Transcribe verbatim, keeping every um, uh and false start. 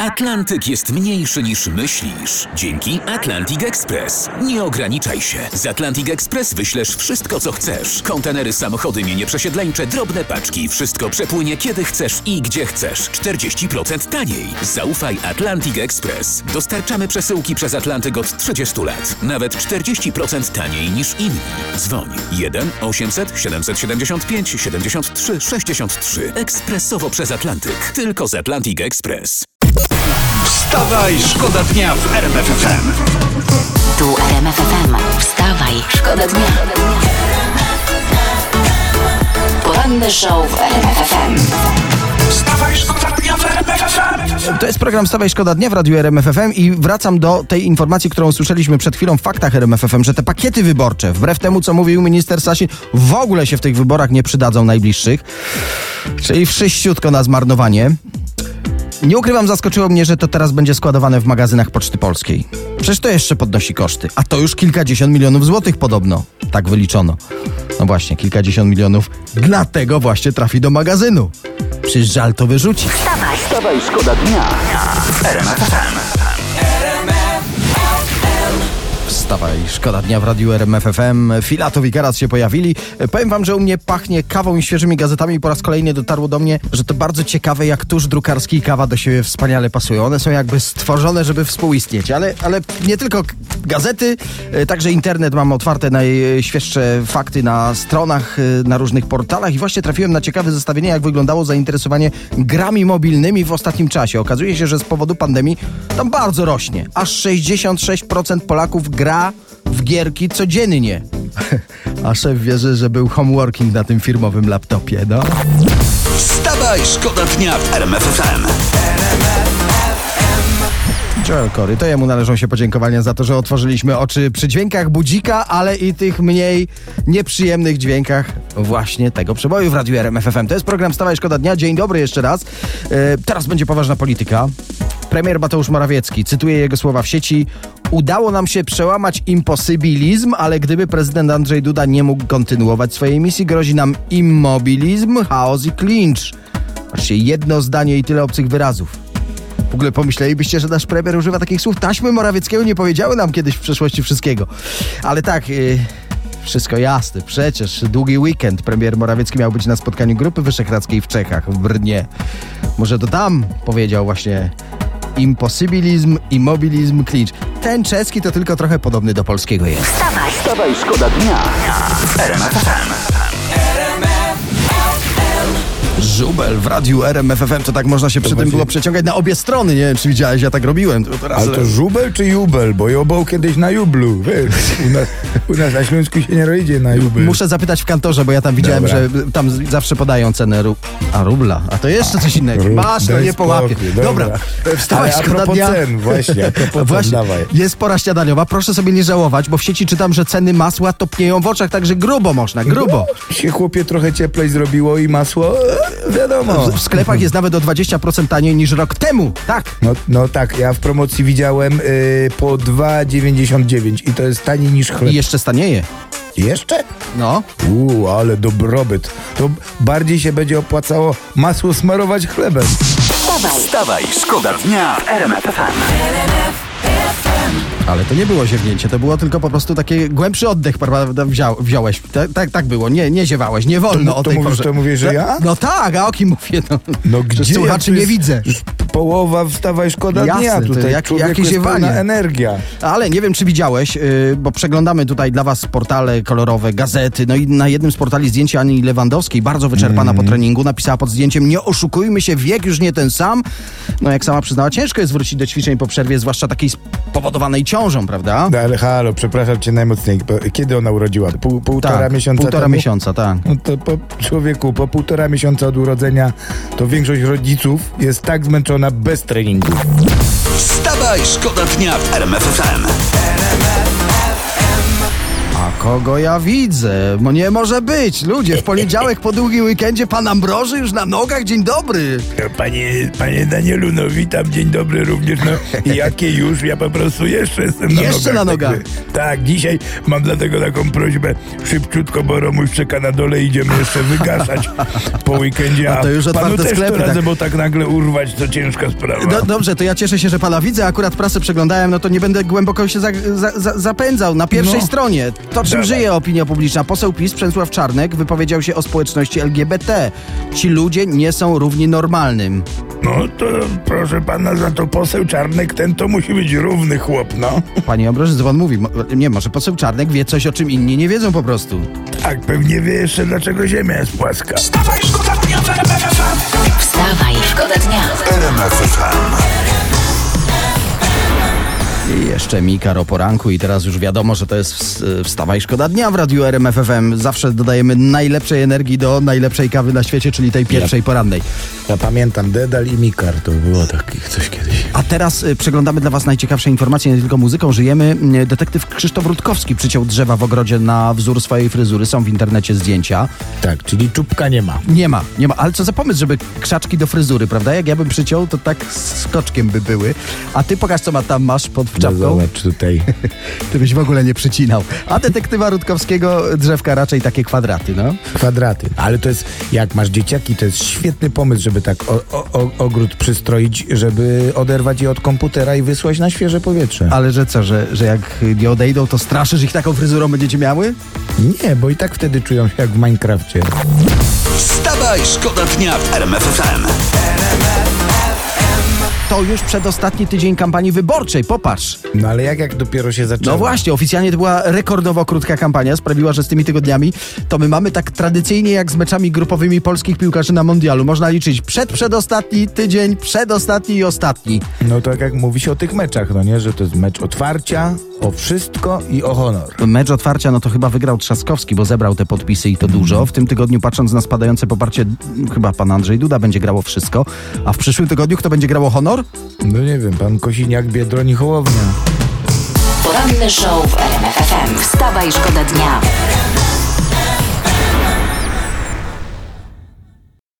Atlantyk jest mniejszy niż myślisz. Dzięki Atlantic Express. Nie ograniczaj się. Z Atlantic Express wyślesz wszystko, co chcesz. Kontenery, samochody, mienie przesiedleńcze, drobne paczki. Wszystko przepłynie kiedy chcesz i gdzie chcesz. czterdzieści procent taniej. Zaufaj Atlantic Express. Dostarczamy przesyłki przez Atlantyk od trzydziestu lat. Nawet czterdzieści procent taniej niż inni. Dzwoń jeden osiemset siedemset siedemdziesiąt pięć siedemdziesiąt trzy sześćdziesiąt trzy. Ekspresowo przez Atlantyk. Tylko z Atlantic Express. Wstawaj, szkoda dnia w R M F F M. Tu R M F F M. Wstawaj, szkoda dnia. Poranny show w R M F F M. Wstawaj, szkoda dnia w R M F F M. To jest program Wstawaj, szkoda dnia w radiu R M F F M i wracam do tej informacji, którą słyszeliśmy przed chwilą w faktach R M F F M, że te pakiety wyborcze, wbrew temu, co mówił minister Sasin, w ogóle się w tych wyborach nie przydadzą najbliższych. Czyli wszyściutko na zmarnowanie. Nie ukrywam, zaskoczyło mnie, że to teraz będzie składowane w magazynach Poczty Polskiej. Przecież to jeszcze podnosi koszty. A to już kilkadziesiąt milionów złotych podobno. Tak wyliczono. No właśnie, kilkadziesiąt milionów dlatego właśnie trafi do magazynu. Przecież żal to wyrzucić. Wstawaj, Wstawaj, szkoda dnia w R M F F M. Wstawaj, szkoda dnia w radiu R M F F M. Filatow i Karas się pojawili. Powiem wam, że u mnie pachnie kawą i świeżymi gazetami i po raz kolejny dotarło do mnie, że to bardzo ciekawe, jak tusz drukarski i kawa do siebie wspaniale pasują. One są jakby stworzone, żeby współistnieć, ale, ale nie tylko gazety, także internet mam otwarte, najświeższe fakty na stronach, na różnych portalach i właśnie trafiłem na ciekawe zestawienie, jak wyglądało zainteresowanie grami mobilnymi w ostatnim czasie. Okazuje się, że z powodu pandemii tam bardzo rośnie. Aż sześćdziesiąt sześć procent Polaków gra w gierki codziennie. A szef wierzy, że był homeworking na tym firmowym laptopie, no. Wstawaj, szkoda dnia w R M F F M. Joel Corey, to jemu należą się podziękowania za to, że otworzyliśmy oczy przy dźwiękach budzika, ale i tych mniej nieprzyjemnych dźwiękach właśnie tego przeboju w radiu R M F F M. To jest program Wstawaj, szkoda dnia. Dzień dobry jeszcze raz. E, teraz będzie poważna polityka. Premier Mateusz Morawiecki, cytuję jego słowa w sieci: udało nam się przełamać imposybilizm, ale gdyby prezydent Andrzej Duda nie mógł kontynuować swojej misji, grozi nam immobilizm, chaos i klincz. Patrzcie, jedno zdanie i tyle obcych wyrazów. W ogóle pomyślelibyście, że nasz premier używa takich słów? Taśmy Morawieckiego nie powiedziały nam kiedyś w przeszłości wszystkiego. Ale tak, yy, wszystko jasne. Przecież długi weekend premier Morawiecki miał być na spotkaniu Grupy Wyszehradzkiej w Czechach, w Brnie. Może to tam powiedział właśnie imposybilizm, immobilizm, klincz. Ten czeski to tylko trochę podobny do polskiego jest. wstawaj, Wstawaj, szkoda dnia w R M F F M. Żubel w radiu R M F F M, to tak można się przy tym będzie- było przeciągać na obie strony. Nie wiem, czy widziałeś, ja tak robiłem. To teraz... Ale to żubel czy jubel? Bo jobał kiedyś na jublu, wiesz. U nas, u nas na Śląsku się nie rodzie na jubel. Muszę zapytać w kantorze, bo ja tam widziałem, Dobra. że tam z- zawsze podają cenę ru... A rubla, a to jeszcze coś innego. Rub- Masz, to daj nie połapie. spokój, Dobra, dobra. wstawaj, Ale a szkoda propos dnia. cen, właśnie, a propos cen, Właśnie, dawaj. jest pora śniadaniowa, proszę sobie nie żałować, bo w sieci czytam, że ceny masła topnieją w oczach, także grubo można, grubo. No, się chłopie trochę cieplej zrobiło i masło, e, wiadomo. W sklepach jest nawet o dwadzieścia procent taniej niż rok temu, tak. No, no tak, ja w promocji widziałem y, po dwa dziewięćdziesiąt dziewięć i to jest taniej niż chleb. I jeszcze stanieje. Jeszcze? No. Uuu, ale dobrobyt. To bardziej się będzie opłacało masło smarować chlebem. wstawaj, Wstawaj, szkoda dnia w R M F F M. Ale to nie było ziewnięcie, to było tylko po prostu taki głębszy oddech, prawda, wziął, wziąłeś. Tak, tak, tak było, nie, nie ziewałeś, nie wolno To- o to tej mówisz- porze. to mówisz, że ja? No tak, a o kim mówię? No, No Że gdzie? słuchaczy Tu nie jest widzę. już Połowa wstawaj, szkoda Jasne, dnia. to Tutaj jak- człowieku jakie jest ziewanie. pełna energia. Ale nie wiem, czy widziałeś, yy, bo przeglądamy tutaj dla was portale kolorowe, gazety, no i na jednym z portali zdjęcie Ani Lewandowskiej, bardzo wyczerpana Mm. po treningu, napisała pod zdjęciem: nie oszukujmy się, wiek już nie ten sam. No jak sama przyznała, ciężko jest wrócić do ćwiczeń po przerwie, zwłaszcza takiej spowodowanej ciążą, prawda? No ale halo, przepraszam cię najmocniej. Po- Kiedy ona urodziła? Pół, półtora tak, miesiąca półtora temu? miesiąca, tak. No to po człowieku, po półtora miesiąca od urodzenia to większość rodziców jest tak zmęczona bez treningu. Wstawaj, szkoda dnia w R M F F M. A Kogo ja widzę? No nie może być. Ludzie, w poniedziałek po długim weekendzie pan Ambroży już na nogach. Dzień dobry. No, panie, panie Danielu, no witam, dzień dobry również. No jakie już, ja po prostu jeszcze jestem na Jeszcze nogach. na nogach. Także, tak, dzisiaj mam dlatego taką prośbę, szybciutko, bo Romuś czeka na dole, idziemy jeszcze wygaszać po weekendzie. A to już panu otwarte też sklepy, to radzę, tak. bo tak nagle urwać to ciężka sprawa. Do, dobrze, to ja cieszę się, że pana widzę. Akurat prasę przeglądałem, no to nie będę głęboko się za, za, za, zapędzał. Na pierwszej No. stronie to, czym Dawaj. żyje opinia publiczna. Poseł PiS Przemysław Czarnek wypowiedział się o społeczności L G B T. Ci ludzie nie są równi normalnym. No to proszę pana, za to poseł Czarnek ten to musi być równy chłop, no. Panie Ambroży, co pan mówi? Mo- Nie, może poseł Czarnek wie coś, o czym inni nie wiedzą po prostu. Tak, pewnie wie jeszcze, dlaczego ziemia jest płaska. Wstawaj, szkoda dnia w R M F F M. Wstawaj, szkoda dnia. R M F F M. I jeszcze Mikar o poranku i teraz już wiadomo, że to jest ws- Wstawaj Szkoda Dnia w radiu R M F F M. Zawsze dodajemy najlepszej energii do najlepszej kawy na świecie, czyli tej pierwszej porannej. Ja pamiętam Dedal i Mikar, to było takich coś kiedyś. A teraz y, przeglądamy dla was najciekawsze informacje, nie tylko muzyką żyjemy. Y, Detektyw Krzysztof Rutkowski przyciął drzewa w ogrodzie na wzór swojej fryzury. Są w internecie zdjęcia. Tak, czyli czubka nie ma. Nie ma, nie ma. Ale co za pomysł, żeby krzaczki do fryzury, prawda? Jak ja bym przyciął, to tak skoczkiem by były. A ty pokaż, co ma tam masz pod No czapką. zobacz tutaj. Ty byś w ogóle nie przycinał. A detektywa Rutkowskiego drzewka raczej takie kwadraty, no. Kwadraty. Ale to jest, jak masz dzieciaki, to jest świetny pomysł, żeby tak o, o, o, ogród przystroić, żeby oderwać je od komputera i wysłać na świeże powietrze. Ale że co, że, że jak nie odejdą, to straszysz ich taką fryzurą będziecie miały? Nie, bo i tak wtedy czują się jak w Minecrafcie. Wstawaj, szkoda dnia w R M F F M. To już przedostatni tydzień kampanii wyborczej, popatrz. No ale jak, jak dopiero się zaczęło? No właśnie, oficjalnie to była rekordowo krótka kampania, sprawiła, że z tymi tygodniami to my mamy tak tradycyjnie jak z meczami grupowymi polskich piłkarzy na mundialu. Można liczyć przed, przedostatni tydzień, przedostatni i ostatni. No to jak mówi się o tych meczach, no nie, że to jest mecz otwarcia, o wszystko i o honor. Mecz otwarcia, no to chyba wygrał Trzaskowski, bo zebrał te podpisy i to dużo. W tym tygodniu, patrząc na spadające poparcie, chyba pan Andrzej Duda będzie grało wszystko. A w przyszłym tygodniu kto będzie grało honor? No nie wiem, pan Kosiniak, Biedroń i Hołownia. Poranny show w R M F F M. Wstawaj, szkoda dnia.